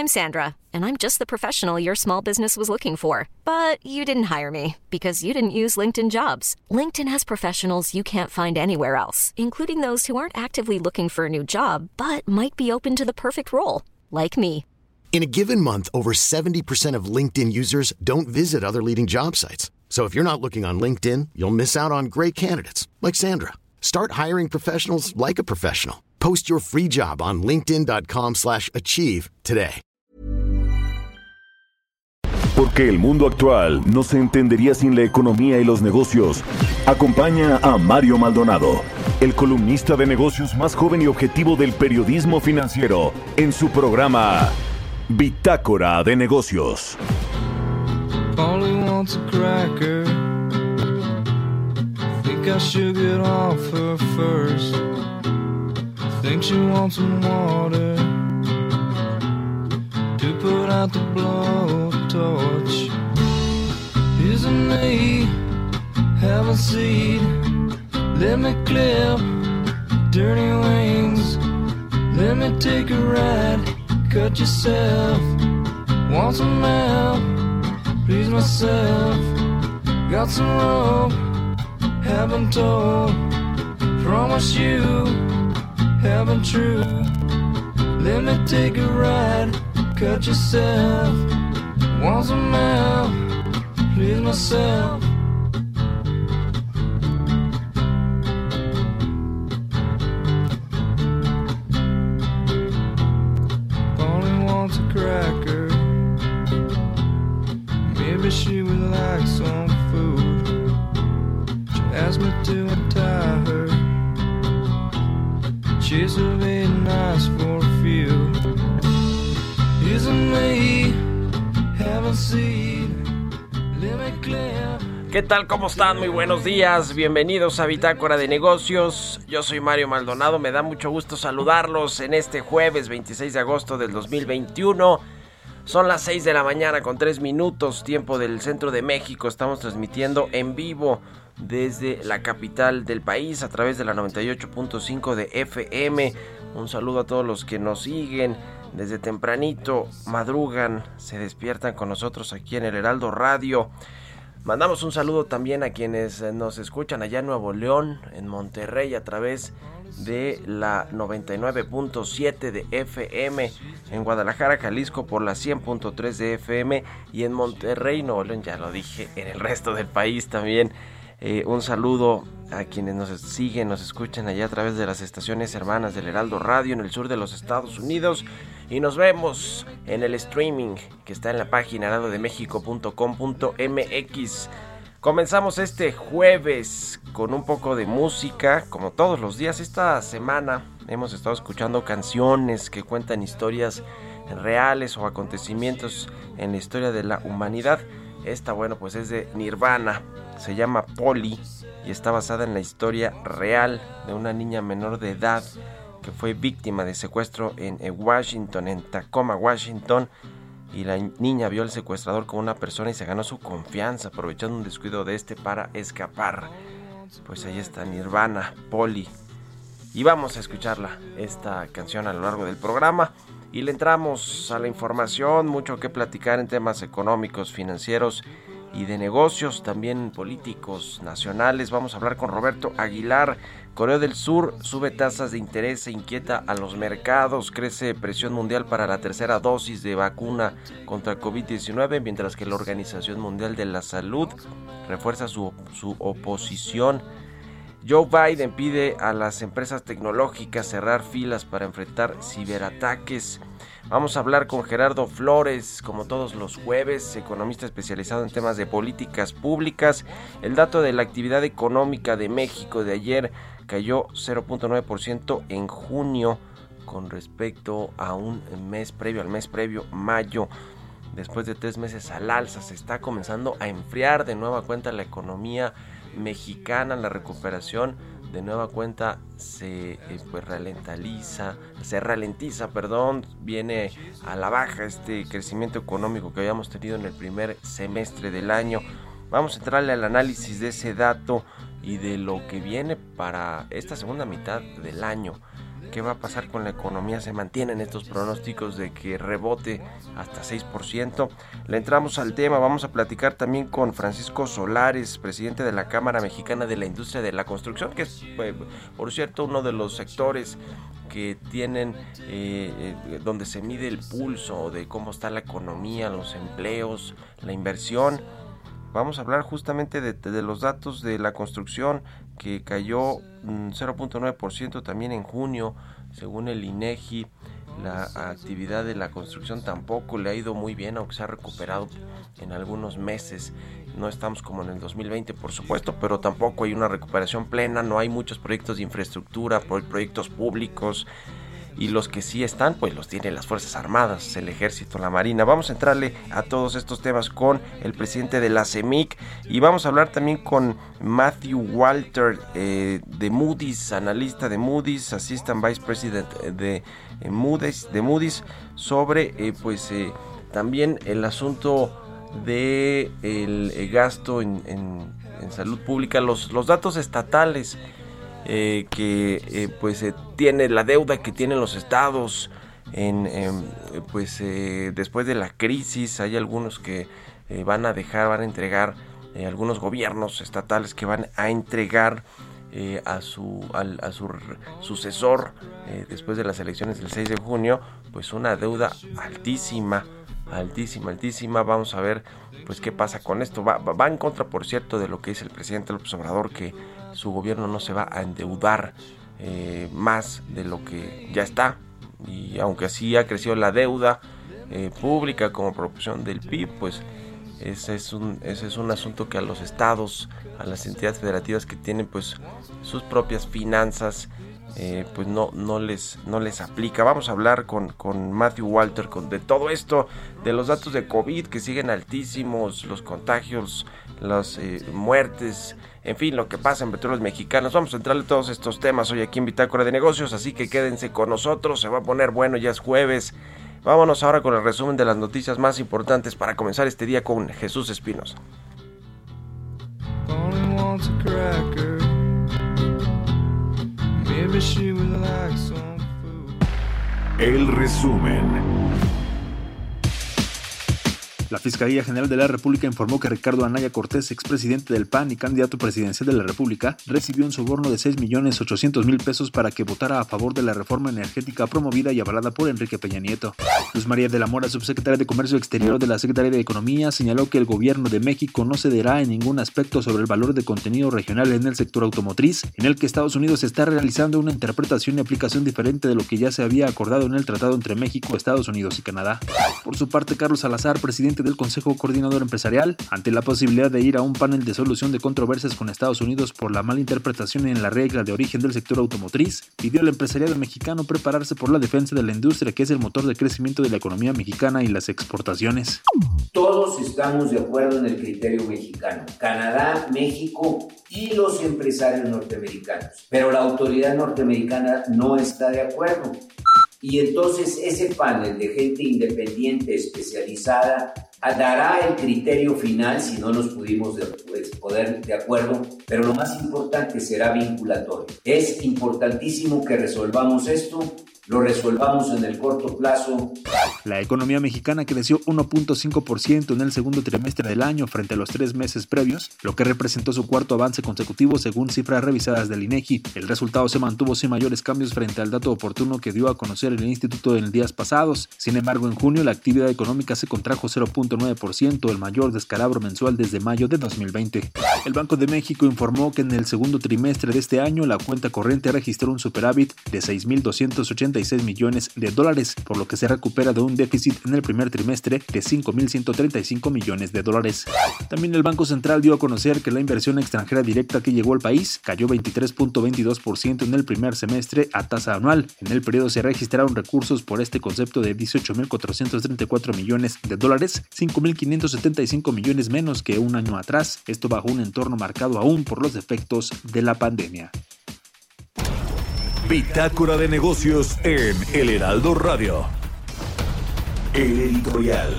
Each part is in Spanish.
I'm Sandra, and I'm just the professional your small business was looking for. But you didn't hire me because you didn't use LinkedIn Jobs. LinkedIn has professionals you can't find anywhere else, including those who aren't actively looking for a new job, but might be open to the perfect role, like me. In a given month, over 70% of LinkedIn users don't visit other leading job sites. So if you're not looking on LinkedIn, you'll miss out on great candidates like Sandra. Start hiring professionals like a professional. Post your free job on linkedin.com/achieve today. Porque el mundo actual no se entendería sin la economía y los negocios. Acompaña a Mario Maldonado, el columnista de negocios más joven y objetivo del periodismo financiero, en su programa Bitácora de Negocios. Polly wants a cracker. Think I should get off her first. Think she wants some water to put out the blowtorch. Isn't me? Have a seat. Let me clip dirty wings. Let me take a ride. Cut yourself. Want some help? Please myself. Got some rope. Haven't told. Promise you. Haven't true. Let me take a ride. Cut yourself. Want some help? Please myself. Only wants a cracker. Maybe she would like some food. She asked me to untie her. She's really nice for a few. Isn't me? Haven't seen. Let me clear. ¿Qué tal? ¿Cómo están? Muy buenos días. Bienvenidos a Bitácora de Negocios. Yo soy Mario Maldonado. Me da mucho gusto saludarlos en este jueves 26 de agosto del 2021. Son las 6 de la mañana con 3 minutos, tiempo del centro de México. Estamos transmitiendo en vivo desde la capital del país a través de la 98.5 de FM. Un saludo a todos los que nos siguen desde tempranito, madrugan, se despiertan con nosotros aquí en el Heraldo Radio. Mandamos un saludo también a quienes nos escuchan allá en Nuevo León, en Monterrey, a través de la 99.7 de FM, en Guadalajara, Jalisco, por la 100.3 de FM, y en Monterrey, Nuevo León, ya lo dije, en el resto del país también. Un saludo a quienes nos siguen, nos escuchan allá a través de las estaciones hermanas del Heraldo Radio en el sur de los Estados Unidos. Y nos vemos en el streaming que está en la página heraldodemexico.com.mx. Comenzamos este jueves con un poco de música, como todos los días. Esta semana hemos estado escuchando canciones que cuentan historias reales o acontecimientos en la historia de la humanidad. Esta, bueno, pues es de Nirvana, se llama Polly y está basada en la historia real de una niña menor de edad que fue víctima de secuestro en Washington, en Tacoma, Washington, y la niña vio al secuestrador como una persona y se ganó su confianza, aprovechando un descuido de este para escapar. Pues ahí está Nirvana, Polly, y vamos a escucharla, esta canción, a lo largo del programa. Y le entramos a la información, mucho que platicar en temas económicos, financieros y de negocios, también políticos nacionales. Vamos a hablar con Roberto Aguilar. Corea del Sur sube tasas de interés e inquieta a los mercados. Crece presión mundial para la tercera dosis de vacuna contra COVID-19, mientras que la Organización Mundial de la Salud refuerza su oposición. Joe Biden pide a las empresas tecnológicas cerrar filas para enfrentar ciberataques. Vamos a hablar con Gerardo Flores, como todos los jueves, economista especializado en temas de políticas públicas. El dato de la actividad económica de México de ayer cayó 0.9% en junio con respecto a un mes previo, mayo. Después de 3 meses al alza, se está comenzando a enfriar de nueva cuenta la economía mexicana. La recuperación de nueva cuenta se ralentiza, viene a la baja este crecimiento económico que habíamos tenido en el primer semestre del año. Vamos a entrarle al análisis de ese dato y de lo que viene para esta segunda mitad del año. ¿Qué va a pasar con la economía? Se mantienen estos pronósticos de que rebote hasta 6%. Le entramos al tema, vamos a platicar también con Francisco Solares, presidente de la Cámara Mexicana de la Industria de la Construcción, que es, por cierto, uno de los sectores que tienen, donde se mide el pulso de cómo está la economía, los empleos, la inversión. Vamos a hablar justamente de los datos de la construcción, que cayó 0.9% también en junio, según el INEGI. La actividad de la construcción tampoco le ha ido muy bien, aunque se ha recuperado en algunos meses. No estamos como en el 2020, por supuesto, pero tampoco hay una recuperación plena. No hay muchos proyectos de infraestructura, proyectos públicos, y los que sí están, pues los tienen las Fuerzas Armadas, el Ejército, la Marina. Vamos a entrarle a todos estos temas con el presidente de la CEMIC, y vamos a hablar también con Matthew Walter, de Moody's, analista de Moody's, Assistant Vice President de Moody's, sobre también el asunto de el gasto en salud pública, los datos estatales, tiene la deuda que tienen los estados después de la crisis. Hay algunos que van a entregar, algunos gobiernos estatales que van a entregar a su sucesor después de las elecciones del 6 de junio, pues una deuda altísima. Vamos a ver pues qué pasa con esto. Va en contra, por cierto, de lo que dice el presidente López Obrador, que su gobierno no se va a endeudar más de lo que ya está, y aunque así ha crecido la deuda pública como proporción del PIB, pues ese es un asunto que a los estados, a las entidades federativas que tienen pues sus propias finanzas, pues no les aplica. Vamos a hablar con Matthew Walter de todo esto, de los datos de COVID que siguen altísimos, los contagios, las muertes, en fin, lo que pasa en Petróleos Mexicanos. Vamos a entrarle a todos estos temas hoy aquí en Bitácora de Negocios, así que quédense con nosotros, se va a poner bueno, ya es jueves. Vámonos ahora con el resumen de las noticias más importantes para comenzar este día con Jesús Espinosa. El resumen. La Fiscalía General de la República informó que Ricardo Anaya Cortés, expresidente del PAN y candidato presidencial de la República, recibió un soborno de 6.800.000 pesos para que votara a favor de la reforma energética promovida y avalada por Enrique Peña Nieto. Luz María de la Mora, subsecretaria de Comercio Exterior de la Secretaría de Economía, señaló que el gobierno de México no cederá en ningún aspecto sobre el valor de contenido regional en el sector automotriz, en el que Estados Unidos está realizando una interpretación y aplicación diferente de lo que ya se había acordado en el tratado entre México, Estados Unidos y Canadá. Por su parte, Carlos Salazar, presidente del Consejo Coordinador Empresarial, ante la posibilidad de ir a un panel de solución de controversias con Estados Unidos por la mala interpretación en la regla de origen del sector automotriz, pidió al empresariado mexicano prepararse por la defensa de la industria, que es el motor de crecimiento de la economía mexicana y las exportaciones. Todos estamos de acuerdo en el criterio mexicano, Canadá, México y los empresarios norteamericanos, pero la autoridad norteamericana no está de acuerdo. Y entonces ese panel de gente independiente, especializada, dará el criterio final si no nos pudimos poner de acuerdo, pero lo más importante será vinculatorio. Es importantísimo que resolvamos esto, lo resolvamos en el corto plazo. La economía mexicana creció 1.5% en el segundo trimestre del año frente a los 3 meses previos, lo que representó su cuarto avance consecutivo según cifras revisadas del INEGI. El resultado se mantuvo sin mayores cambios frente al dato oportuno que dio a conocer el instituto en días pasados. Sin embargo, en junio la actividad económica se contrajo 0.9%, el mayor descalabro mensual desde mayo de 2020. El Banco de México informó que en el segundo trimestre de este año la cuenta corriente registró un superávit de 6.286 millones de dólares, por lo que se recupera de un déficit en el primer trimestre de 5.135 millones de dólares. También el Banco Central dio a conocer que la inversión extranjera directa que llegó al país cayó 23.22% en el primer semestre a tasa anual. En el periodo se registraron recursos por este concepto de 18.434 millones de dólares, 5.575 millones menos que un año atrás, esto bajo un entorno marcado aún por los efectos de la pandemia. Bitácora de Negocios en El Heraldo Radio. El editorial.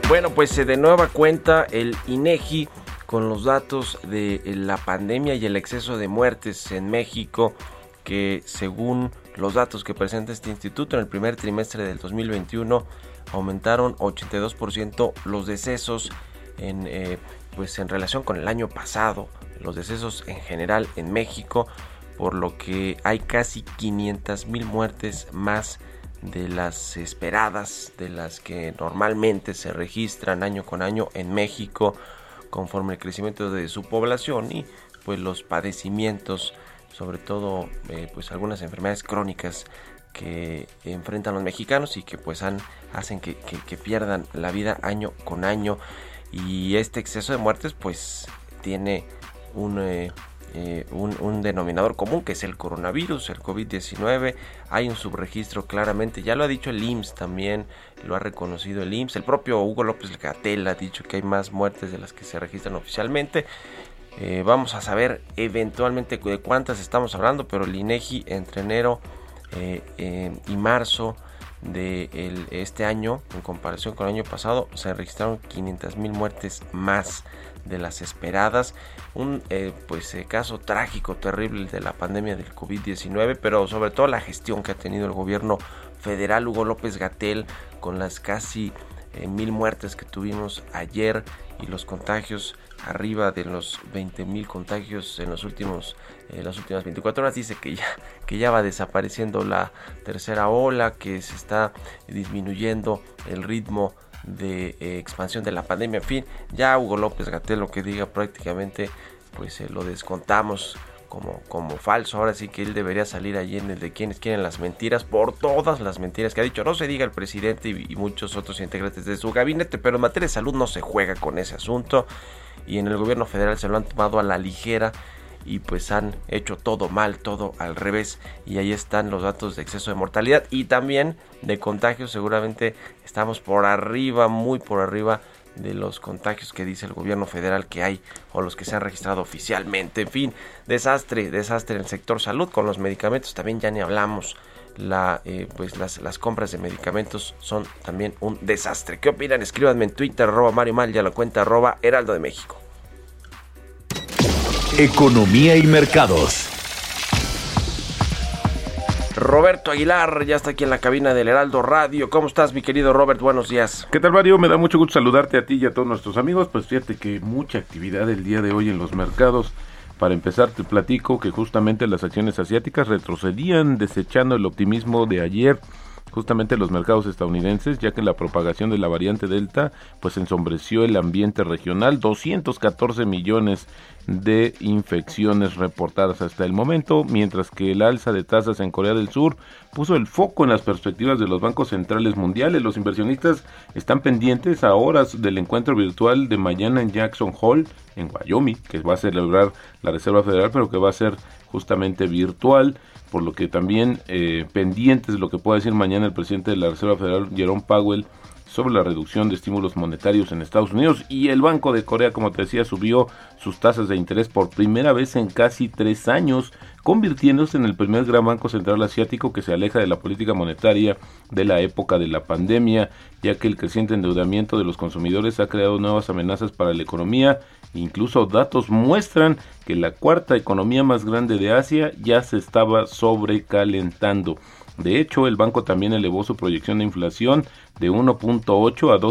Bueno, pues de nueva cuenta el INEGI con los datos de la pandemia y el exceso de muertes en México, que según los datos que presenta este instituto, en el primer trimestre del 2021 aumentaron 82% los decesos en relación con el año pasado, los decesos en general en México, por lo que hay casi 500,000 muertes más de las esperadas, de las que normalmente se registran año con año en México, conforme el crecimiento de su población y pues los padecimientos, sobre todo pues algunas enfermedades crónicas que enfrentan los mexicanos y que pues hacen que pierdan la vida año con año. Y este exceso de muertes pues tiene un denominador común, que es el coronavirus, el COVID-19. Hay un subregistro claramente, ya lo ha dicho el IMSS también, lo ha reconocido el IMSS, el propio Hugo López-Gatell ha dicho que hay más muertes de las que se registran oficialmente. Vamos a saber eventualmente de cuántas estamos hablando, pero el INEGI entre enero y marzo de este año, en comparación con el año pasado, se registraron 500,000 muertes más de las esperadas. Un caso trágico, terrible de la pandemia del COVID-19, pero sobre todo la gestión que ha tenido el gobierno federal, Hugo López-Gatell, con las casi 1,000 muertes que tuvimos ayer y los contagios arriba de los 20,000 contagios en las últimas 24 horas. Dice que ya va desapareciendo la tercera ola, que se está disminuyendo el ritmo de expansión de la pandemia. En fin, ya Hugo López-Gatell lo que diga prácticamente pues lo descontamos como falso. Ahora sí que él debería salir allí en el de quienes quieren las mentiras, por todas las mentiras que ha dicho. No se diga el presidente y muchos otros integrantes de su gabinete, pero en materia de salud no se juega con ese asunto, y en el gobierno federal se lo han tomado a la ligera y pues han hecho todo mal, todo al revés. Y ahí están los datos de exceso de mortalidad y también de contagios. Seguramente estamos por arriba, muy por arriba de los contagios que dice el gobierno federal que hay, o los que se han registrado oficialmente. En fin, desastre en el sector salud con los medicamentos. También ya ni hablamos. Las compras de medicamentos son también un desastre. ¿Qué opinan? Escríbanme en Twitter, @MarioMal, y a la cuenta @Heraldo de México. Economía y mercados. Roberto Aguilar ya está aquí en la cabina del Heraldo Radio. ¿Cómo estás, mi querido Robert? Buenos días. ¿Qué tal, Mario? Me da mucho gusto saludarte a ti y a todos nuestros amigos. Pues fíjate que mucha actividad el día de hoy en los mercados. Para empezar, te platico que justamente las acciones asiáticas retrocedían, desechando el optimismo de ayer, justamente los mercados estadounidenses, ya que la propagación de la variante Delta pues ensombreció el ambiente regional. 214 millones de infecciones reportadas hasta el momento, mientras que el alza de tasas en Corea del Sur puso el foco en las perspectivas de los bancos centrales mundiales. Los inversionistas están pendientes a horas del encuentro virtual de mañana en Jackson Hole, en Wyoming, que va a celebrar la Reserva Federal, pero que va a ser justamente virtual, por lo que también pendientes de lo que pueda decir mañana el presidente de la Reserva Federal, Jerome Powell, sobre la reducción de estímulos monetarios en Estados Unidos. Y el Banco de Corea, como te decía, subió sus tasas de interés por primera vez en casi 3 años, convirtiéndose en el primer gran banco central asiático que se aleja de la política monetaria de la época de la pandemia, ya que el creciente endeudamiento de los consumidores ha creado nuevas amenazas para la economía. Incluso datos muestran que la cuarta economía más grande de Asia ya se estaba sobrecalentando. De hecho, el banco también elevó su proyección de inflación de 1.8 a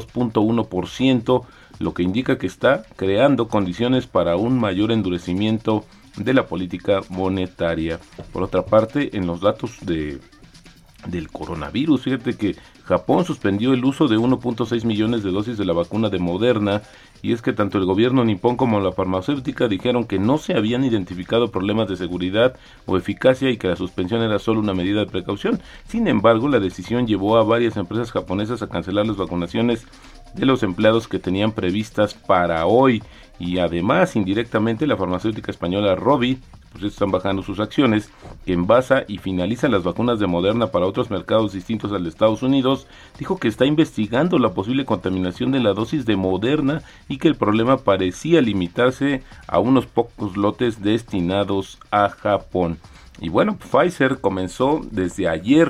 2.1%, lo que indica que está creando condiciones para un mayor endurecimiento de la política monetaria. Por otra parte, en los datos del coronavirus, fíjate que Japón suspendió el uso de 1.6 millones de dosis de la vacuna de Moderna, y es que tanto el gobierno nipón como la farmacéutica dijeron que no se habían identificado problemas de seguridad o eficacia y que la suspensión era solo una medida de precaución. Sin embargo, la decisión llevó a varias empresas japonesas a cancelar las vacunaciones de los empleados que tenían previstas para hoy, y además indirectamente la farmacéutica española Rovi pues están bajando sus acciones, que envasa y finaliza las vacunas de Moderna para otros mercados distintos al de Estados Unidos. Dijo que está investigando la posible contaminación de la dosis de Moderna y que el problema parecía limitarse a unos pocos lotes destinados a Japón. Y bueno, Pfizer comenzó desde ayer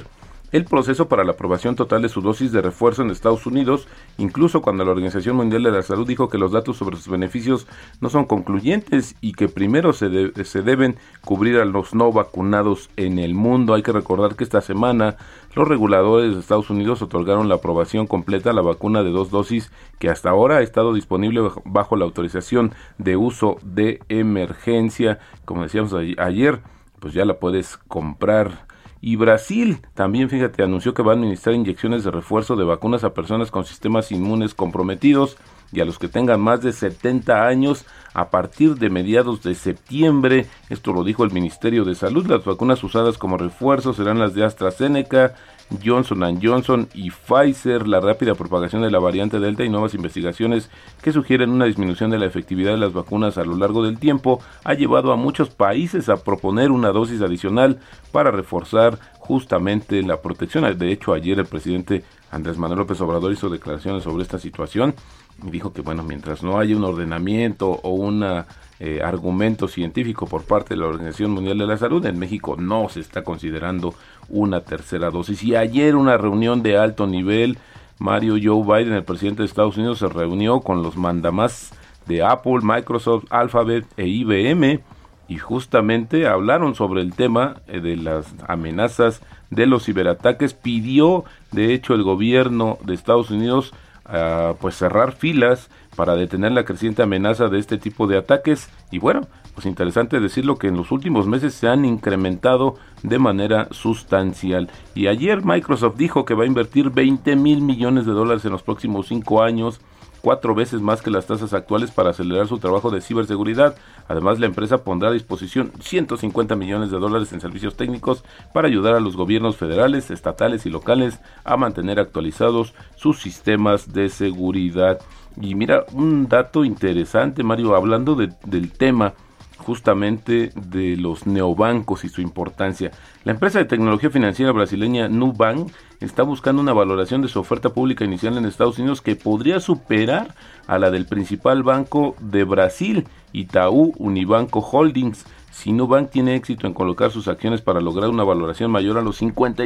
el proceso para la aprobación total de su dosis de refuerzo en Estados Unidos, incluso cuando la Organización Mundial de la Salud dijo que los datos sobre sus beneficios no son concluyentes y que primero se deben cubrir a los no vacunados en el mundo. Hay que recordar que esta semana los reguladores de Estados Unidos otorgaron la aprobación completa a la vacuna de 2 dosis que hasta ahora ha estado disponible bajo la autorización de uso de emergencia. Como decíamos ayer, pues ya la puedes comprar. Y Brasil también, fíjate, anunció que va a administrar inyecciones de refuerzo de vacunas a personas con sistemas inmunes comprometidos y a los que tengan más de 70 años a partir de mediados de septiembre. Esto lo dijo el Ministerio de Salud. Las vacunas usadas como refuerzo serán las de AstraZeneca, Johnson & Johnson y Pfizer. La rápida propagación de la variante Delta y nuevas investigaciones que sugieren una disminución de la efectividad de las vacunas a lo largo del tiempo ha llevado a muchos países a proponer una dosis adicional para reforzar justamente la protección. De hecho, ayer el presidente Andrés Manuel López Obrador hizo declaraciones sobre esta situación y dijo que, bueno, mientras no haya un ordenamiento o un argumento científico por parte de la Organización Mundial de la Salud, en México no se está considerando una tercera dosis. Y ayer una reunión de alto nivel, Joe Biden, el presidente de Estados Unidos, se reunió con los mandamás de Apple, Microsoft, Alphabet e IBM y justamente hablaron sobre el tema de las amenazas de los ciberataques. Pidió, de hecho, el gobierno de Estados Unidos pues cerrar filas para detener la creciente amenaza de este tipo de ataques. Y bueno, pues interesante decirlo que en los últimos meses se han incrementado de manera sustancial. Y ayer Microsoft dijo que va a invertir $20 mil millones en los próximos 5 años, 4 veces más que las tasas actuales, para acelerar su trabajo de ciberseguridad. Además, la empresa pondrá a disposición $150 millones en servicios técnicos para ayudar a los gobiernos federales, estatales y locales a mantener actualizados sus sistemas de seguridad. Y mira, un dato interesante, Mario, hablando del tema justamente de los neobancos y su importancia. La empresa de tecnología financiera brasileña Nubank está buscando una valoración de su oferta pública inicial en Estados Unidos que podría superar a la del principal banco de Brasil, Itaú Unibanco Holdings. Si Nubank tiene éxito en colocar sus acciones para lograr una valoración mayor a los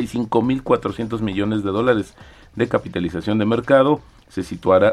$55.400 millones de capitalización de mercado, se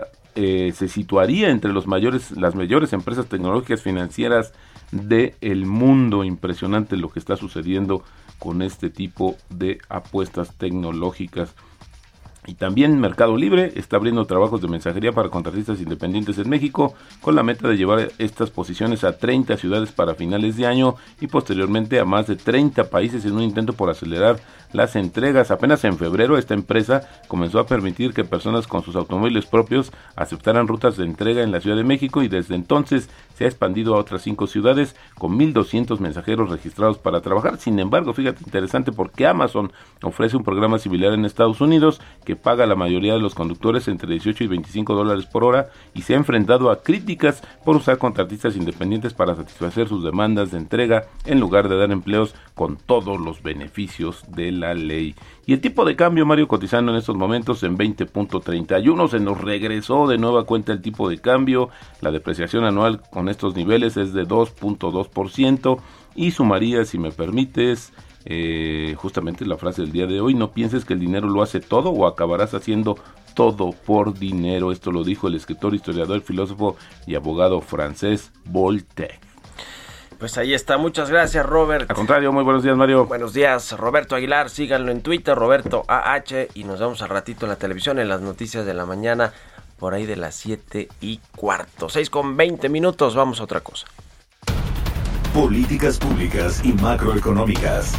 situaría entre las mayores empresas tecnológicas financieras del mundo. Impresionante lo que está sucediendo con este tipo de apuestas tecnológicas. Y también Mercado Libre está abriendo trabajos de mensajería para contratistas independientes en México, con la meta de llevar estas posiciones a 30 ciudades para finales de año y posteriormente a más de 30 países en un intento por acelerar las entregas. Apenas en febrero esta empresa comenzó a permitir que personas con sus automóviles propios aceptaran rutas de entrega en la Ciudad de México y desde entonces se ha expandido a otras 5 ciudades con 1,200 mensajeros registrados para trabajar. Sin embargo, fíjate, interesante, porque Amazon ofrece un programa similar en Estados Unidos que paga a la mayoría de los conductores entre $18 y $25 por hora y se ha enfrentado a críticas por usar contratistas independientes para satisfacer sus demandas de entrega en lugar de dar empleos con todos los beneficios de la ley. Y el tipo de cambio, Mario, cotizando en estos momentos en 20.31, se nos regresó de nueva cuenta el tipo de cambio. La depreciación anual con estos niveles es de 2.2% y sumaría, si me permites, justamente la frase del día de hoy: no pienses que el dinero lo hace todo o acabarás haciendo todo por dinero. Esto lo dijo el escritor, historiador, filósofo y abogado francés Voltaire. Pues ahí está, muchas gracias, Robert. Al contrario, muy buenos días, Mario. Buenos días, Roberto Aguilar, síganlo en Twitter, Roberto AH, y nos vemos al ratito en la televisión, en las noticias de la mañana, por ahí de las 7:15, 6:20, vamos a otra cosa. Políticas públicas y macroeconómicas.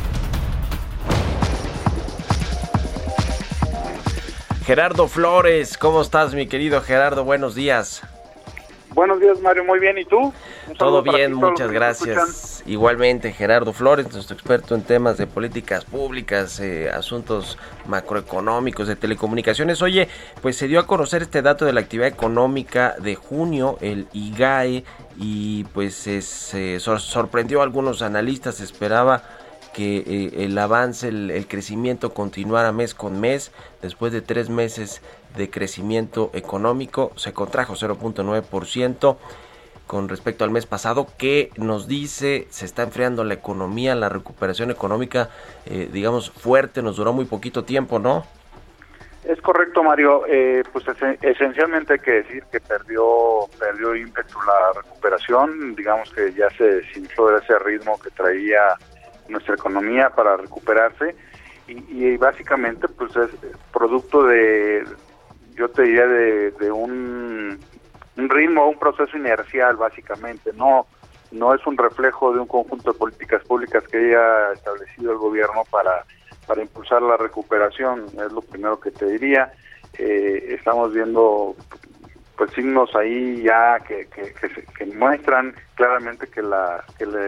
Gerardo Flores, ¿cómo estás, mi querido Gerardo? Buenos días. Buenos días, Mario, muy bien, ¿y tú? Todo bien, muchas gracias. Igualmente, Gerardo Flores, nuestro experto en temas de políticas públicas, asuntos macroeconómicos, de telecomunicaciones. Oye, pues se dio a conocer este dato de la actividad económica de junio, el IGAE, y pues sorprendió a algunos analistas. Esperaba que el avance, el crecimiento continuara mes con mes. Después de 3 meses de crecimiento económico, se contrajo 0.9%. con respecto al mes pasado. ¿Qué nos dice? ¿Se está enfriando la economía? La recuperación económica, digamos, fuerte, nos duró muy poquito tiempo, ¿no? Es correcto, Mario. Pues esencialmente hay que decir que perdió ímpetu la recuperación. Digamos que ya se desinfló de ese ritmo que traía nuestra economía para recuperarse. Y básicamente pues es producto de, yo te diría, de un ritmo, un proceso inercial básicamente. No es un reflejo de un conjunto de políticas públicas que haya establecido el gobierno para impulsar la recuperación, es lo primero que te diría. Estamos viendo pues signos ahí ya que muestran claramente que la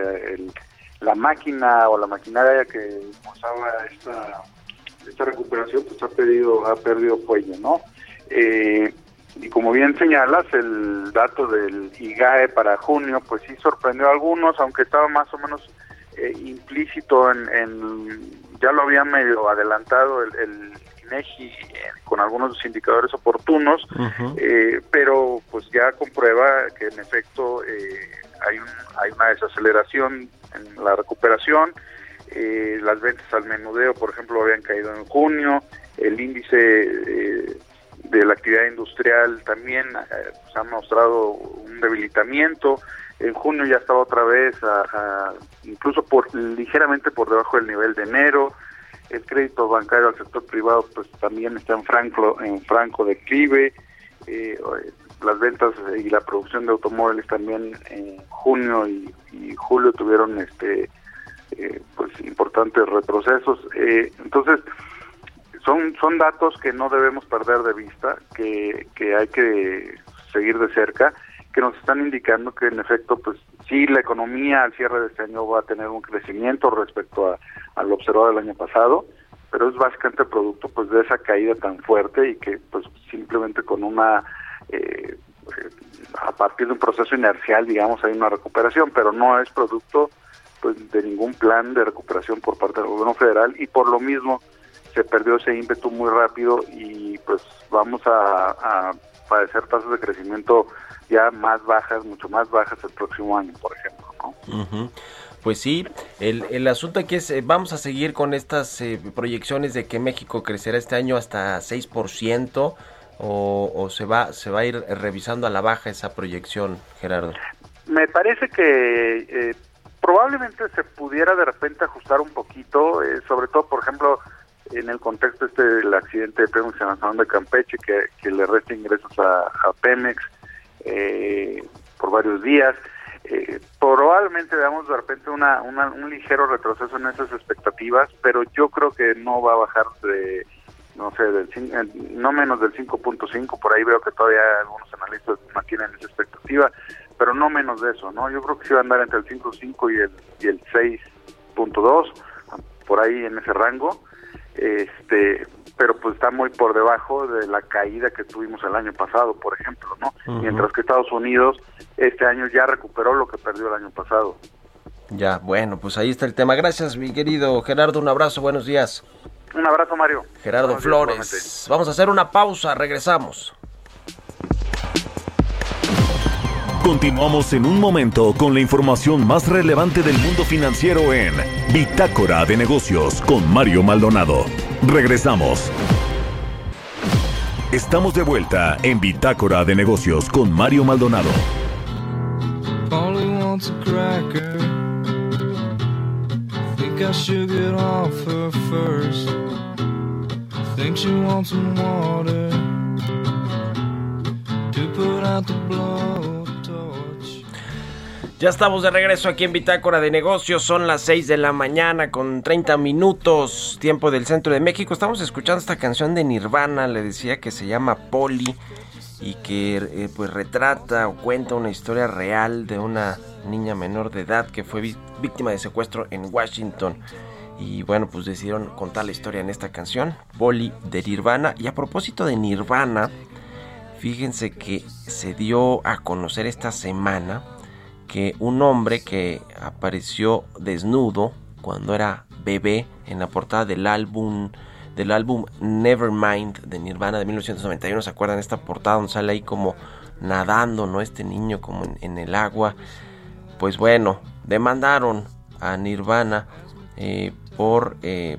máquina o la maquinaria que impulsaba esta recuperación pues ha perdido fuelle, ¿no? Y como bien señalas, el dato del IGAE para junio pues sí sorprendió a algunos, aunque estaba más o menos implícito ya lo había medio adelantado el INEGI con algunos indicadores oportunos, pero pues ya comprueba que en efecto hay una desaceleración en la recuperación. Las ventas al menudeo, por ejemplo, habían caído en junio. El índice de la actividad industrial también pues ha mostrado un debilitamiento. En junio ya estaba otra vez incluso ligeramente por debajo del nivel de enero. El crédito bancario al sector privado pues también está en franco declive. Las ventas y la producción de automóviles también en junio y julio tuvieron pues importantes retrocesos. Entonces son datos que no debemos perder de vista, que hay que seguir de cerca, que nos están indicando que en efecto pues sí, la economía al cierre de este año va a tener un crecimiento respecto a lo observado el año pasado, pero es básicamente producto pues de esa caída tan fuerte y que pues simplemente con una a partir de un proceso inercial, digamos, hay una recuperación, pero no es producto pues de ningún plan de recuperación por parte del gobierno federal, y por lo mismo se perdió ese ímpetu muy rápido y pues vamos a padecer tasas de crecimiento ya más bajas, mucho más bajas el próximo año, por ejemplo, ¿no? Pues sí, el asunto aquí es, vamos a seguir con estas proyecciones de que México crecerá este año hasta 6%, o se va a ir revisando a la baja esa proyección, Gerardo. Me parece que probablemente se pudiera de repente ajustar un poquito, sobre todo, por ejemplo, en el contexto del accidente de Pemex en la zona de Campeche, que le resta ingresos a Pemex por varios días. Probablemente veamos de repente un ligero retroceso en esas expectativas, pero yo creo que no va a bajar de, no sé, no menos del 5.5, por ahí veo que todavía algunos analistas mantienen esa expectativa, pero no menos de eso, ¿no? Yo creo que sí va a andar entre el 5.5 y el 6.2, por ahí en ese rango, pero pues está muy por debajo de la caída que tuvimos el año pasado, por ejemplo, ¿no? Mientras que Estados Unidos este año ya recuperó lo que perdió el año pasado. Ya, bueno, pues ahí está el tema. Gracias, mi querido Gerardo, un abrazo, buenos días. Un abrazo, Mario. Gerardo Flores. Vamos a hacer una pausa, regresamos. Continuamos en un momento con la información más relevante del mundo financiero en Bitácora de Negocios con Mario Maldonado. Regresamos. Estamos de vuelta en Bitácora de Negocios con Mario Maldonado. Polly wants a cracker. Think I should get off her first. Think she wants some water to put out the blowtorch. Ya estamos de regreso aquí en Bitácora de Negocios. Son las 6 de la mañana con 30 minutos, tiempo del centro de México. Estamos escuchando esta canción de Nirvana, le decía, que se llama Polly, y que pues retrata o cuenta una historia real de una niña menor de edad que fue víctima de secuestro en Washington. Y bueno, pues decidieron contar la historia en esta canción, Polly, de Nirvana. Y a propósito de Nirvana, fíjense que se dio a conocer esta semana que un hombre que apareció desnudo cuando era bebé en la portada del álbum Nevermind de Nirvana de 1991, ¿se acuerdan? Esta portada donde sale ahí como nadando, ¿no? Este niño como en el agua. Pues bueno, demandaron a Nirvana por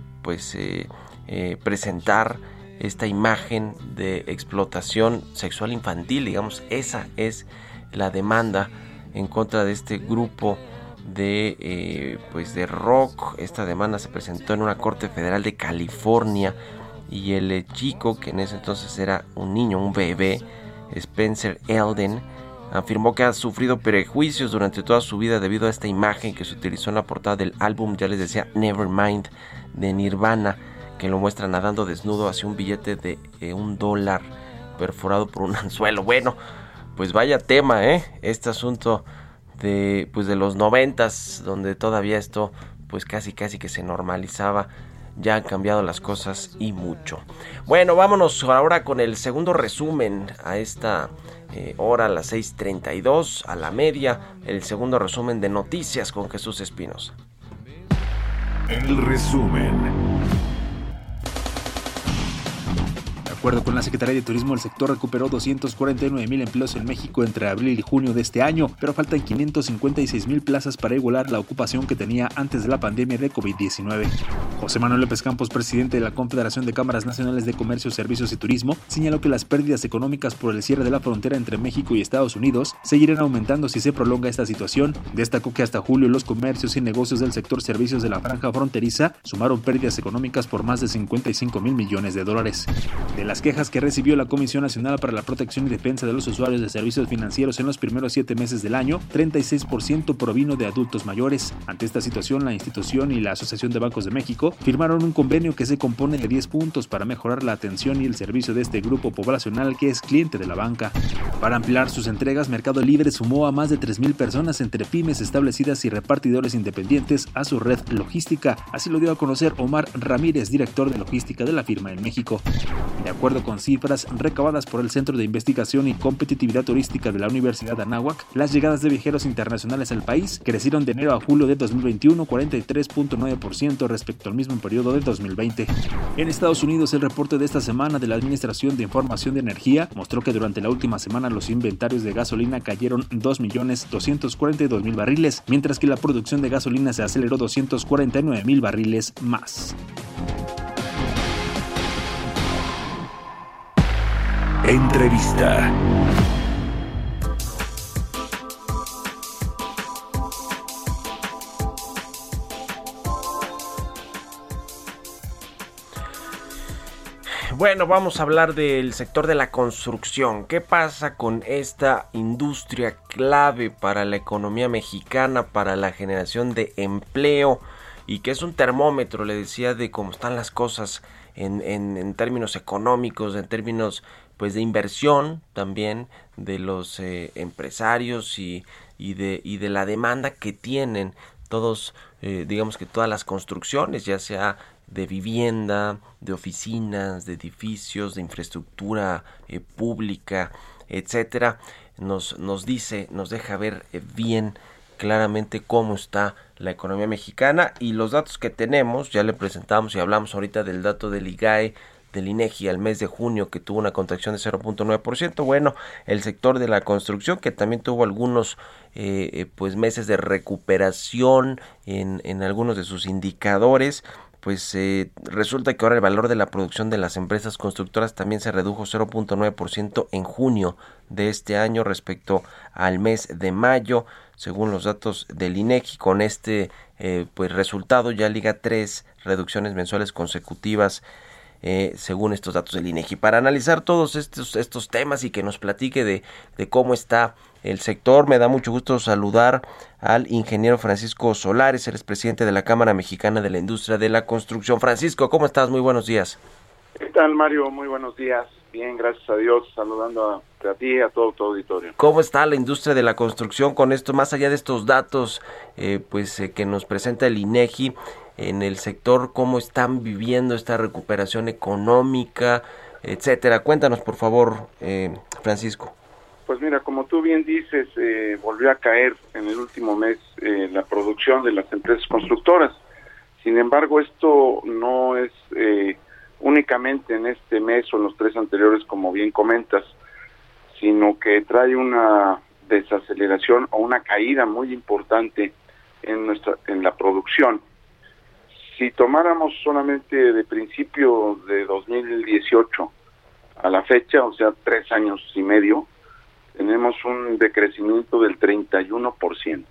presentar esta imagen de explotación sexual infantil, digamos, esa es la demanda en contra de este grupo de rock. Esta demanda se presentó en una corte federal de California y el chico, que en ese entonces era un niño, un bebé, Spencer Elden, afirmó que ha sufrido prejuicios durante toda su vida debido a esta imagen que se utilizó en la portada del álbum, ya les decía, Nevermind, de Nirvana, que lo muestra nadando desnudo hacia un billete de $1 perforado por un anzuelo. Bueno, pues vaya tema, este asunto de los 90s, donde todavía esto pues casi que se normalizaba. Ya han cambiado las cosas y mucho. Bueno, vámonos ahora con el segundo resumen a esta hora, a las 6:32, a la media, el segundo resumen de noticias con Jesús Espinosa. El resumen. De acuerdo con la Secretaría de Turismo, el sector recuperó 249,000 empleos en México entre abril y junio de este año, pero faltan 556,000 plazas para igualar la ocupación que tenía antes de la pandemia de COVID-19. José Manuel López Campos, presidente de la Confederación de Cámaras Nacionales de Comercio, Servicios y Turismo, señaló que las pérdidas económicas por el cierre de la frontera entre México y Estados Unidos seguirán aumentando si se prolonga esta situación. Destacó que hasta julio los comercios y negocios del sector servicios de la franja fronteriza sumaron pérdidas económicas por más de $55,000 millones. De las quejas que recibió la Comisión Nacional para la Protección y Defensa de los Usuarios de Servicios Financieros en los primeros 7 meses del año, 36% provino de adultos mayores. Ante esta situación, la institución y la Asociación de Bancos de México firmaron un convenio que se compone de 10 puntos para mejorar la atención y el servicio de este grupo poblacional que es cliente de la banca. Para ampliar sus entregas, Mercado Libre sumó a más de 3,000 personas entre pymes establecidas y repartidores independientes a su red logística. Así lo dio a conocer Omar Ramírez, director de logística de la firma en México. De acuerdo con cifras recabadas por el Centro de Investigación y Competitividad Turística de la Universidad de Anáhuac, las llegadas de viajeros internacionales al país crecieron de enero a julio de 2021 43.9% respecto al mismo periodo de 2020. En Estados Unidos, el reporte de esta semana de la Administración de Información de Energía mostró que durante la última semana los inventarios de gasolina cayeron 2.242.000 barriles, mientras que la producción de gasolina se aceleró 249,000 barriles más. Entrevista. Bueno, vamos a hablar del sector de la construcción. ¿Qué pasa con esta industria clave para la economía mexicana, para la generación de empleo? Y que es un termómetro, le decía, de cómo están las cosas en términos económicos, en términos pues de inversión también de los empresarios y de la demanda que tienen todos, digamos que todas las construcciones, ya sea de vivienda, de oficinas, de edificios, de infraestructura pública, etcétera. Nos deja ver bien claramente cómo está la economía mexicana, y los datos que tenemos, ya le presentamos y hablamos ahorita del dato del IGAE, del INEGI al mes de junio, que tuvo una contracción de 0.9%. Bueno, el sector de la construcción, que también tuvo algunos meses de recuperación en algunos de sus indicadores, pues resulta que ahora el valor de la producción de las empresas constructoras también se redujo 0.9% en junio de este año respecto al mes de mayo, según los datos del INEGI. Con este resultado ya liga 3 reducciones mensuales consecutivas, según estos datos del INEGI. Para analizar todos estos temas y que nos platique de cómo está el sector, me da mucho gusto saludar al ingeniero Francisco Solares, el presidente de la Cámara Mexicana de la Industria de la Construcción. Francisco, ¿cómo estás? Muy buenos días. ¿Qué tal, Mario? Muy buenos días. Bien, gracias a Dios, saludando a ti y a todo tu auditorio. ¿Cómo está la industria de la construcción con esto, más allá de estos datos que nos presenta el INEGI en el sector? ¿Cómo están viviendo esta recuperación económica, etcétera? Cuéntanos, por favor, Francisco. Pues mira, como tú bien dices, volvió a caer en el último mes la producción de las empresas constructoras. Sin embargo, esto no es únicamente en este mes o en los 3 anteriores, como bien comentas, sino que trae una desaceleración o una caída muy importante en la producción. Si tomáramos solamente de principio de 2018 a la fecha, o sea, 3 años y medio, tenemos un decrecimiento del 31%.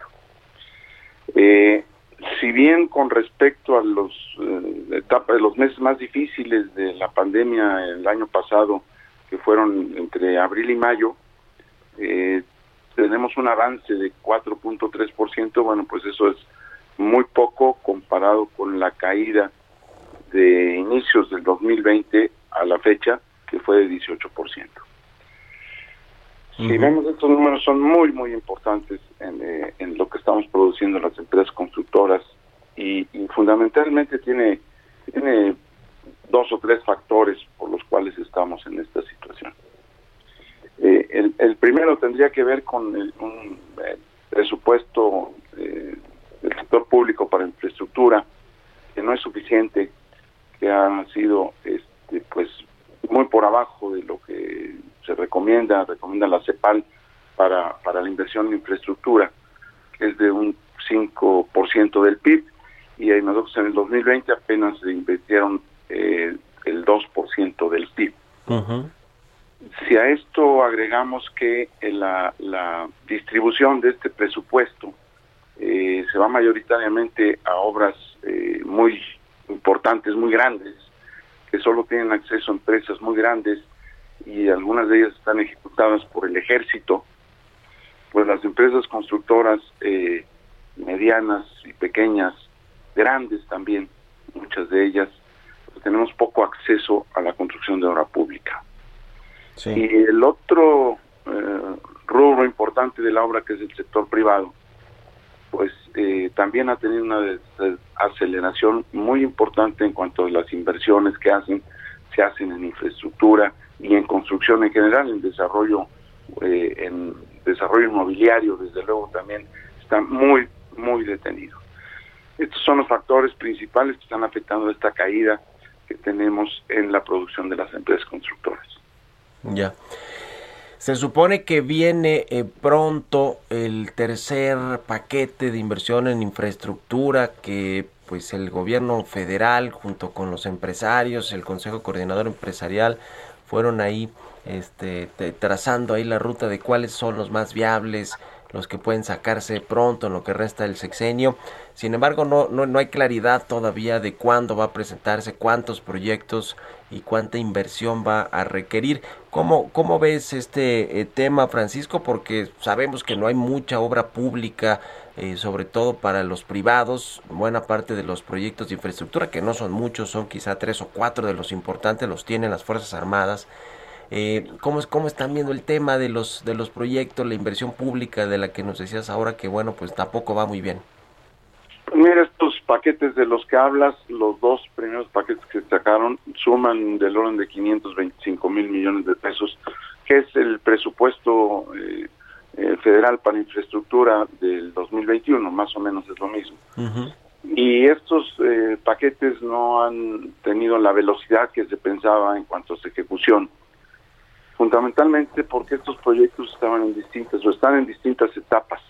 Si bien con respecto a los meses más difíciles de la pandemia el año pasado, que fueron entre abril y mayo, tenemos un avance de 4.3%, bueno, pues eso es muy poco comparado con la caída de inicios del 2020 a la fecha, que fue de 18%. Si vemos, estos números son muy, muy importantes en lo que estamos produciendo en las empresas constructoras y fundamentalmente tiene 2 o 3 factores por los cuales estamos en esta situación. El primero tendría que ver con un presupuesto del sector público para infraestructura que no es suficiente, que ha sido pues muy por abajo de lo que se recomienda la CEPAL para la inversión en infraestructura, que es de un 5% del PIB, y ahí nosotros en el 2020 apenas se invirtieron el 2% del PIB. Si a esto agregamos que la distribución de este presupuesto se va mayoritariamente a obras muy importantes, muy grandes, que solo tienen acceso a empresas muy grandes y algunas de ellas están ejecutadas por el ejército, pues las empresas constructoras medianas y pequeñas, grandes también, muchas de ellas, pues tenemos poco acceso a la construcción de obra pública. Sí. Y el otro rubro importante de la obra, que es el sector privado, pues también ha tenido una aceleración muy importante en cuanto a las inversiones que se hacen en infraestructura y en construcción en general, en desarrollo inmobiliario, desde luego también está muy, muy detenido. Estos son los factores principales que están afectando esta caída que tenemos en la producción de las empresas constructoras. Ya. Se supone que viene pronto el tercer paquete de inversión en infraestructura que pues el gobierno federal junto con los empresarios, el Consejo Coordinador Empresarial fueron ahí trazando ahí la ruta de cuáles son los más viables, los que pueden sacarse pronto en lo que resta del sexenio. Sin embargo, no hay claridad todavía de cuándo va a presentarse, cuántos proyectos y cuánta inversión va a requerir. ¿Cómo ves este tema, Francisco? Porque sabemos que no hay mucha obra pública, sobre todo para los privados. Buena parte de los proyectos de infraestructura, que no son muchos, son quizá 3 o 4 de los importantes, los tienen las Fuerzas Armadas. ¿Cómo están viendo el tema de los proyectos, la inversión pública de la que nos decías ahora, que bueno, pues tampoco va muy bien? Mira, estos paquetes de los que hablas, los 2 primeros paquetes que sacaron suman del orden de 525 mil millones de pesos, que es el presupuesto federal para infraestructura del 2021, más o menos es lo mismo. Y estos paquetes no han tenido la velocidad que se pensaba en cuanto a su ejecución, fundamentalmente porque estos proyectos están en distintas etapas.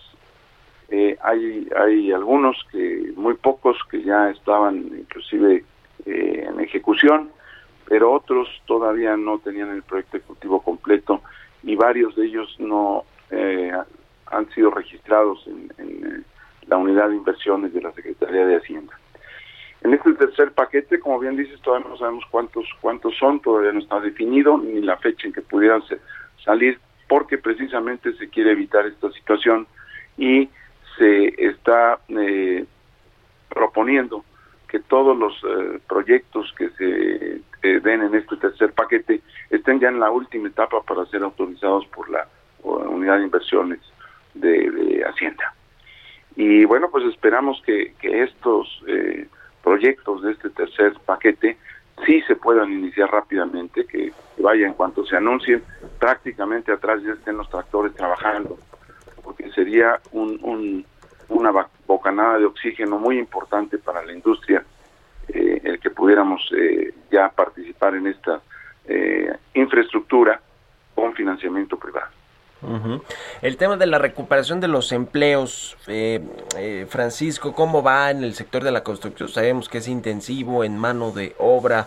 Hay algunos, muy pocos, que ya estaban inclusive en ejecución, pero otros todavía no tenían el proyecto ejecutivo completo y varios de ellos no han sido registrados en la unidad de inversiones de la Secretaría de Hacienda. En este tercer paquete, como bien dices, todavía no sabemos cuántos son, todavía no está definido, ni la fecha en que pudieran salir, porque precisamente se quiere evitar esta situación y se está proponiendo que todos los proyectos que se den en este tercer paquete estén ya en la última etapa para ser autorizados por la unidad de inversiones de Hacienda. Y bueno, pues esperamos que estos proyectos de este tercer paquete sí se puedan iniciar rápidamente, que vaya en cuanto se anuncien, prácticamente atrás ya estén los tractores trabajando, porque sería una bocanada de oxígeno muy importante para la industria, el que pudiéramos ya participar en esta infraestructura con con financiamiento privado. Uh-huh. El tema de la recuperación de los empleos, Francisco, ¿cómo va en el sector de la construcción? Sabemos que es intensivo en mano de obra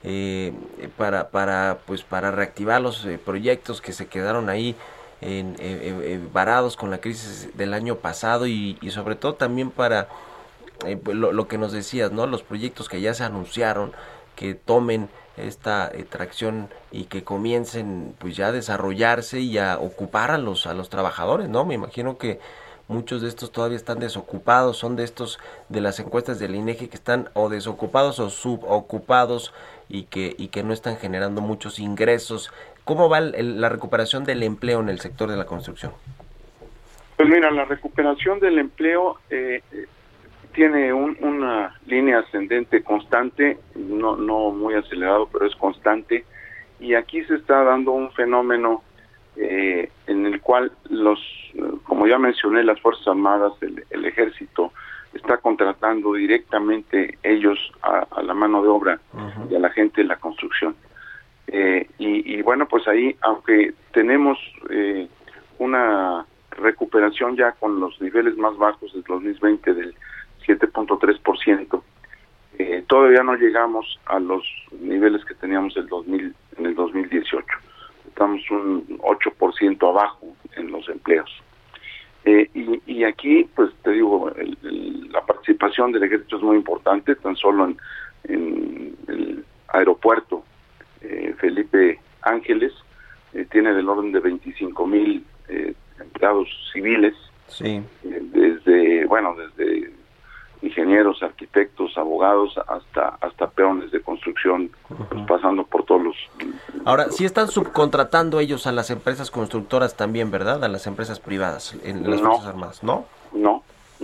para reactivar los proyectos que se quedaron ahí varados con la crisis del año pasado y sobre todo también para lo que nos decías, ¿no? Los proyectos que ya se anunciaron, que tomen esta tracción y que comiencen pues ya a desarrollarse y a ocupar a los trabajadores, ¿no? Me imagino que muchos de estos todavía están desocupados, son de estos de las encuestas del INEGI que están o desocupados o subocupados y que no están generando muchos ingresos. ¿Cómo va la recuperación del empleo en el sector de la construcción? Pues mira, la recuperación del empleo tiene una línea ascendente constante, no muy acelerado, pero es constante, y aquí se está dando un fenómeno en el cual como ya mencioné, las Fuerzas Armadas, el Ejército, está contratando directamente ellos a la mano de obra y a la gente de la construcción. Y bueno, pues ahí, aunque tenemos una recuperación ya con los niveles más bajos del 2020 del 7.3%, todavía no llegamos a los niveles que teníamos en el 2018. Estamos un 8% abajo en los empleos. Y aquí, pues te digo, la participación del Ejército es muy importante, tan solo en el aeropuerto Felipe Ángeles tiene del orden de 25,000 empleados civiles, sí. Desde ingenieros, arquitectos, abogados, hasta peones de construcción, pues, pasando por todos los... Ahora, sí están subcontratando ellos a las empresas constructoras también, ¿verdad? A las empresas privadas, en las Fuerzas Armadas, ¿no? No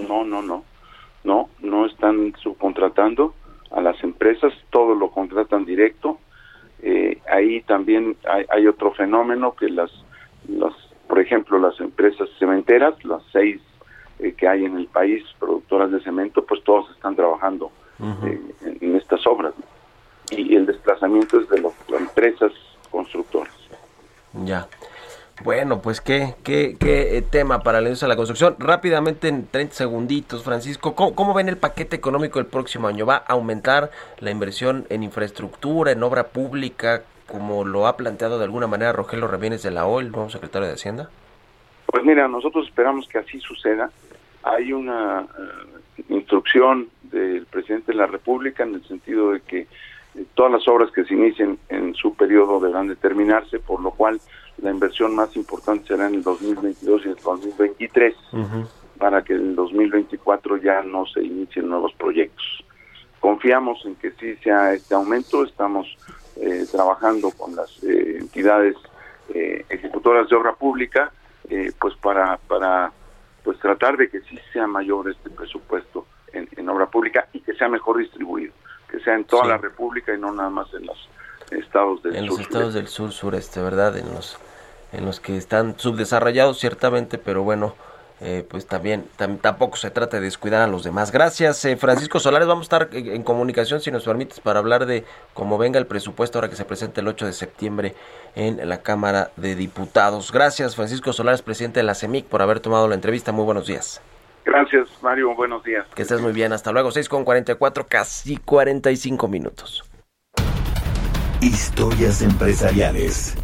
están subcontratando a las empresas, todo lo contratan directo. Ahí también hay otro fenómeno que por ejemplo, las empresas cementeras, las 6 que hay en el país, productoras de cemento, pues todos están trabajando en estas obras, ¿no? Y el desplazamiento es de las empresas constructoras. Ya. Bueno, pues qué tema para la industria de la construcción. Rápidamente, en 30 segunditos, Francisco, ¿cómo ven el paquete económico del próximo año? ¿Va a aumentar la inversión en infraestructura, en obra pública, como lo ha planteado de alguna manera Rogelio Ramírez de la O, el nuevo secretario de Hacienda? Pues mira, nosotros esperamos que así suceda. Hay una instrucción del presidente de la República en el sentido de que todas las obras que se inicien en su periodo deberán de terminarse, por lo cual la inversión más importante será en el 2022 y el 2023, para que en el 2024 ya no se inicien nuevos proyectos. Confiamos en que sí sea este aumento, estamos trabajando con las entidades ejecutoras de obra pública, pues para pues tratar de que sí sea mayor este presupuesto en obra pública y que sea mejor distribuido, que sea en toda la República y no nada más en los estados del sur. En los estados del sur-sureste, ¿verdad? En los que están subdesarrollados ciertamente, pero bueno, pues tampoco se trata de descuidar a los demás. Gracias, Francisco Solares. Vamos a estar en comunicación, si nos permites, para hablar de cómo venga el presupuesto ahora que se presenta el 8 de septiembre en la Cámara de Diputados. Gracias, Francisco Solares, presidente de la CEMIC, por haber tomado la entrevista. Muy buenos días. Gracias, Mario. Buenos días. Que estés muy bien. Hasta luego. 6:44, casi 45 minutos. Historias empresariales.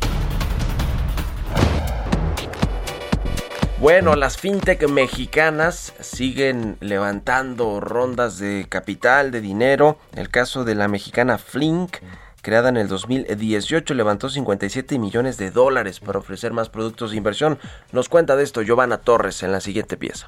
Bueno, las fintech mexicanas siguen levantando rondas de capital, de dinero. El caso de la mexicana Flink, creada en el 2018, levantó $57 millones para ofrecer más productos de inversión. Nos cuenta de esto Giovanna Torres en la siguiente pieza.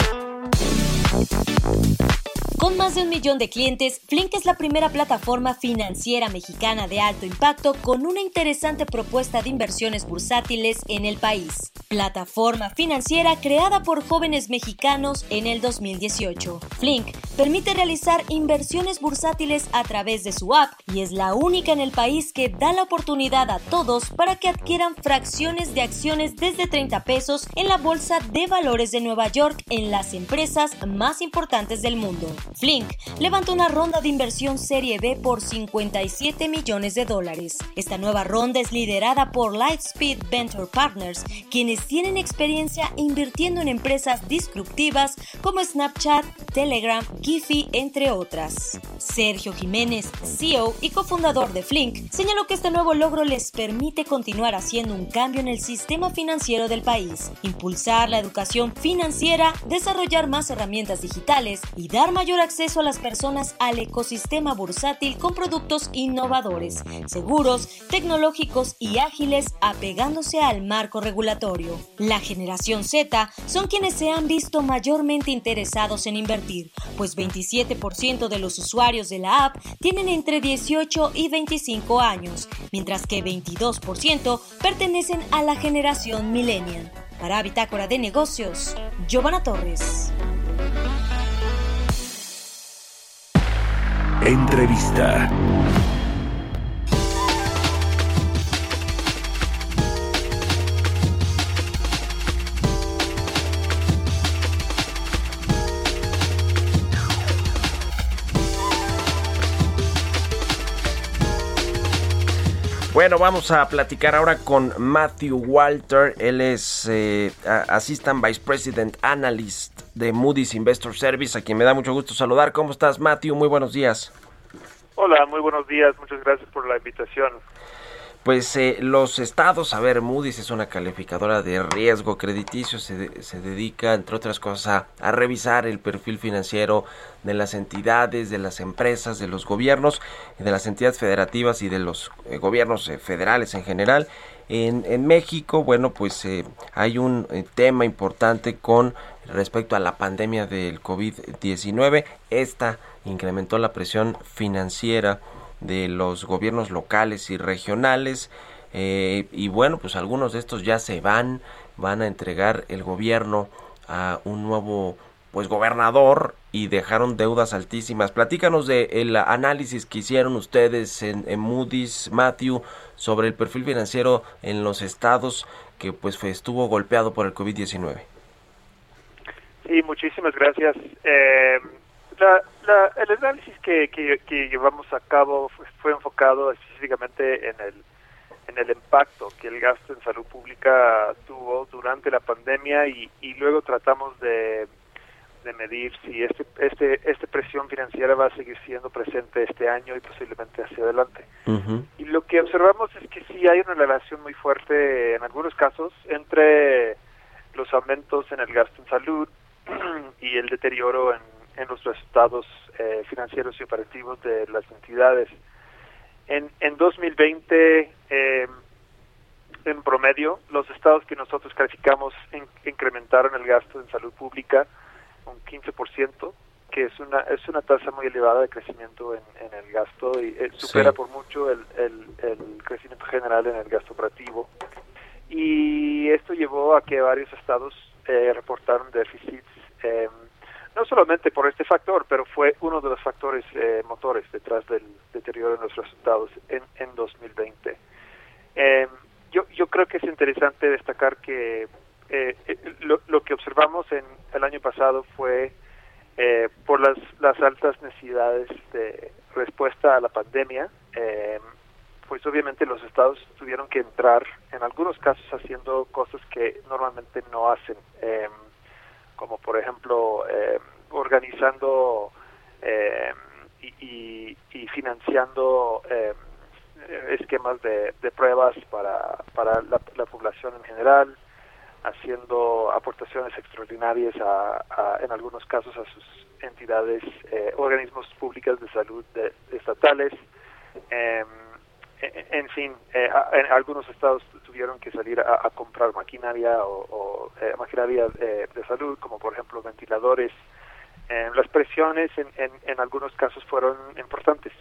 Con más de 1 millón de clientes, Flink es la primera plataforma financiera mexicana de alto impacto con una interesante propuesta de inversiones bursátiles en el país. Plataforma financiera creada por jóvenes mexicanos en el 2018. Flink permite realizar inversiones bursátiles a través de su app y es la única en el país que da la oportunidad a todos para que adquieran fracciones de acciones desde 30 pesos en la Bolsa de Valores de Nueva York en las empresas más importantes del mundo. Flink levantó una ronda de inversión Serie B por $57 millones. Esta nueva ronda es liderada por Lightspeed Venture Partners, quienes tienen experiencia invirtiendo en empresas disruptivas como Snapchat, Telegram, Giphy, entre otras. Sergio Jiménez, CEO y cofundador de Flink, señaló que este nuevo logro les permite continuar haciendo un cambio en el sistema financiero del país, impulsar la educación financiera, desarrollar más herramientas digitales y dar mayor acceso a las personas al ecosistema bursátil con productos innovadores, seguros, tecnológicos y ágiles, apegándose al marco regulatorio. La generación Z son quienes se han visto mayormente interesados en invertir, pues 27% de los usuarios de la app tienen entre 18 y 25 años, mientras que 22% pertenecen a la generación millennial. Para Bitácora de Negocios, Giovanna Torres. Entrevista. Bueno, vamos a platicar ahora con Matthew Walter. Él es Assistant Vice President Analyst de Moody's Investor Service, a quien me da mucho gusto saludar. ¿Cómo estás, Matthew? Muy buenos días. Hola, muy buenos días. Muchas gracias por la invitación. Pues los estados, Moody's es una calificadora de riesgo crediticio, se dedica, entre otras cosas, a revisar el perfil financiero de las entidades, de las empresas, de los gobiernos, de las entidades federativas y de los gobiernos federales en general. En México, bueno, pues hay un tema importante con respecto a la pandemia del COVID-19. Esta incrementó la presión financiera de los gobiernos locales y regionales, y bueno, pues algunos de estos ya se van a entregar el gobierno a un nuevo gobernador y dejaron deudas altísimas. Platícanos del análisis que hicieron ustedes en Moody's, Matthew, sobre el perfil financiero en los estados que estuvo golpeado por el COVID-19. Sí, muchísimas gracias. El análisis que llevamos a cabo fue enfocado específicamente en el impacto que el gasto en salud pública tuvo durante la pandemia y luego tratamos de medir si esta presión financiera va a seguir siendo presente este año y posiblemente hacia adelante. Uh-huh. Y lo que observamos es que sí hay una relación muy fuerte en algunos casos entre los aumentos en el gasto en salud y el deterioro en los resultados financieros y operativos de las entidades. En 2020, en promedio, los estados que nosotros calificamos incrementaron el gasto en salud pública un 15%, que es una tasa muy elevada de crecimiento en el gasto y supera por mucho el crecimiento general en el gasto operativo. Y esto llevó a que varios estados reportaron déficits, no solamente por este factor, pero fue uno de los factores motores detrás del deterioro de los resultados en 2020. Yo creo que es interesante destacar que lo que observamos en el año pasado fue por las altas necesidades de respuesta a la pandemia, pues obviamente los estados tuvieron que entrar, en algunos casos haciendo cosas que normalmente no hacen, como por ejemplo organizando y financiando esquemas de pruebas para la población en general, haciendo aportaciones extraordinarias en algunos casos a sus entidades, organismos públicas de salud estatales. En fin, en algunos estados tuvieron que salir a comprar maquinaria maquinaria de salud, como por ejemplo ventiladores. Las presiones en algunos casos fueron importantes.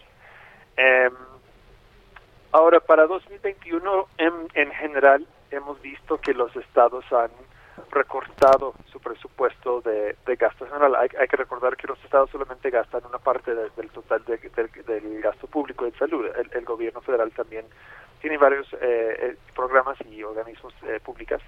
Ahora, para 2021, en general, hemos visto que los estados han recortado su presupuesto de gasto general. Hay que recordar que los estados solamente gastan una parte del total del gasto público de salud. El gobierno federal también tiene varios programas y organismos públicos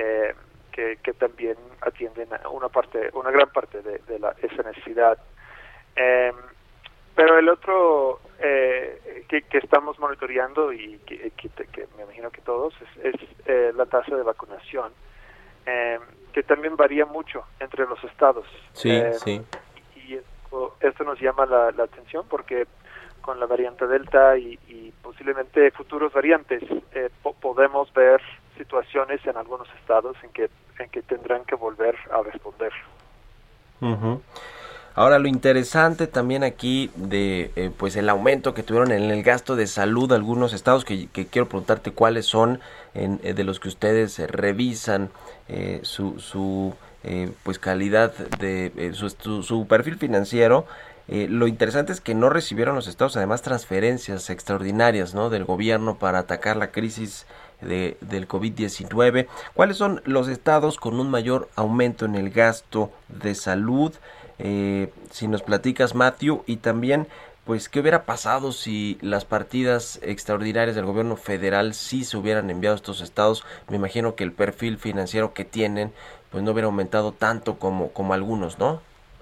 que también atienden a una gran parte de esa necesidad. Pero el otro que estamos monitoreando y que me imagino que todos es la tasa de vacunación, que también varía mucho entre los estados. Sí. Y esto nos llama la atención porque con la variante Delta y posiblemente futuros variantes podemos ver situaciones en algunos estados en que tendrán que volver a responder. Uh-huh. Ahora, lo interesante también aquí de pues el aumento que tuvieron en el gasto de salud de algunos estados, que quiero preguntarte cuáles son de los que ustedes revisan su pues calidad de su perfil financiero. Lo interesante es que no recibieron los estados además transferencias extraordinarias, ¿no?, del gobierno para atacar la crisis del COVID-19. ¿Cuáles son los estados con un mayor aumento en el gasto de salud? Si nos platicas, Matthew, y también, pues, ¿qué hubiera pasado si las partidas extraordinarias del gobierno federal sí se hubieran enviado a estos estados? Me imagino que el perfil financiero que tienen, pues, no hubiera aumentado tanto como algunos, ¿no?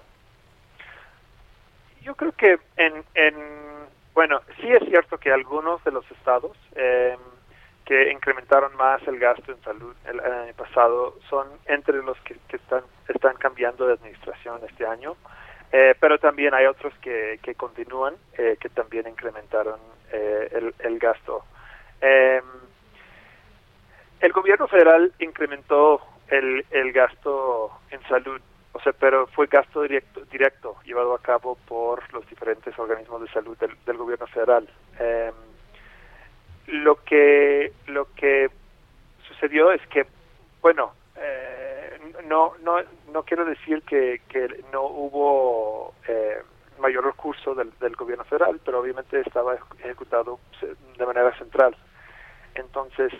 Yo creo que bueno, sí es cierto que algunos de los estados que incrementaron más el gasto en salud el año pasado son entre los que están cambiando de administración este año, pero también hay otros que continúan, que también incrementaron el gasto. El gobierno federal incrementó el gasto en salud, pero fue gasto directo llevado a cabo por los diferentes organismos de salud del gobierno federal. Lo que sucedió es que, bueno, no quiero decir que no hubo mayor recurso del gobierno federal, pero obviamente estaba ejecutado de manera central. Entonces,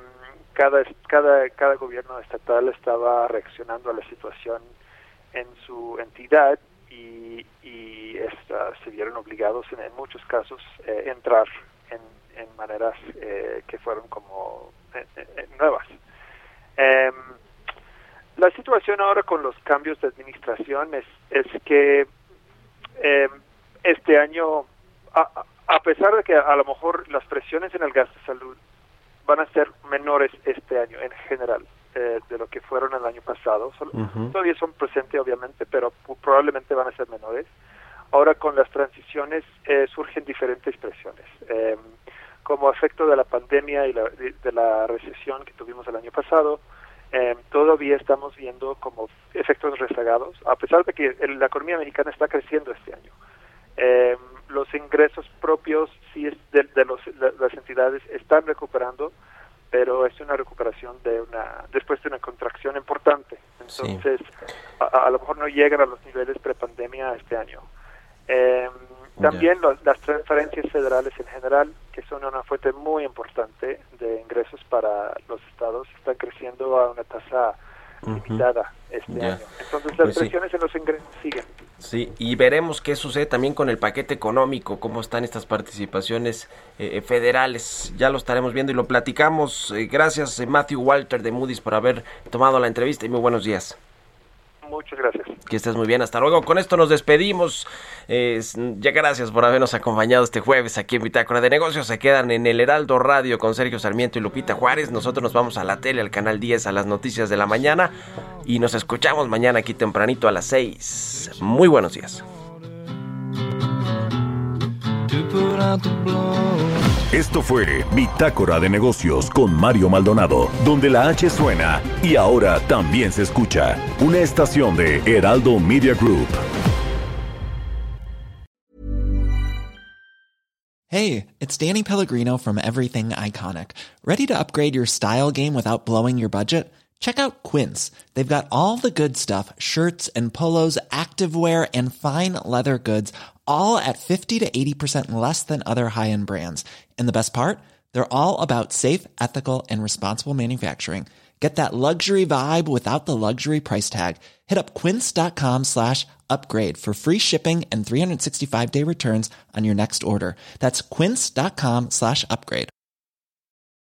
cada gobierno estatal estaba reaccionando a la situación en su entidad y se vieron obligados en muchos casos entrar en maneras que fueron como nuevas. La situación ahora con los cambios de administración es que este año, a pesar de que a lo mejor las presiones en el gasto de salud van a ser menores este año en general de lo que fueron el año pasado, todavía son presentes obviamente, pero probablemente van a ser menores. Ahora con las transiciones surgen diferentes presiones. Como efecto de la pandemia y de la recesión que tuvimos el año pasado, todavía estamos viendo como efectos rezagados, a pesar de que la economía mexicana está creciendo este año. Los ingresos propios sí las entidades están recuperando, pero es una recuperación después de una contracción importante. Entonces, sí, a lo mejor no llegan a los niveles prepandemia este año. También las transferencias federales en general, que son una fuente muy importante de ingresos para los estados, están creciendo a una tasa limitada este año. Entonces las presiones en los ingresos siguen. Sí, y veremos qué sucede también con el paquete económico, cómo están estas participaciones federales. Ya lo estaremos viendo y lo platicamos. Gracias, Matthew Walter de Moody's, por haber tomado la entrevista y muy buenos días. Muchas gracias. Que estés muy bien, hasta luego. Con esto nos despedimos. Ya gracias por habernos acompañado este jueves aquí en Bitácora de Negocios. Se quedan en el Heraldo Radio con Sergio Sarmiento y Lupita Juárez. Nosotros nos vamos a la tele, al canal 10, a las noticias de la mañana. Y nos escuchamos mañana aquí tempranito a las 6. Muy buenos días. Esto fue Bitácora de Negocios con Mario Maldonado, donde la H suena y ahora también se escucha. Una estación de Heraldo Media Group. Hey, it's Danny Pellegrino from Everything Iconic. Ready to upgrade your style game without blowing your budget? Check out Quince. They've got all the good stuff, shirts and polos, activewear, and fine leather goods, all at 50 to 80% less than other high-end brands. And the best part? They're all about safe, ethical, and responsible manufacturing. Get that luxury vibe without the luxury price tag. Hit up quince.com/upgrade for free shipping and 365-day returns on your next order. That's quince.com/upgrade.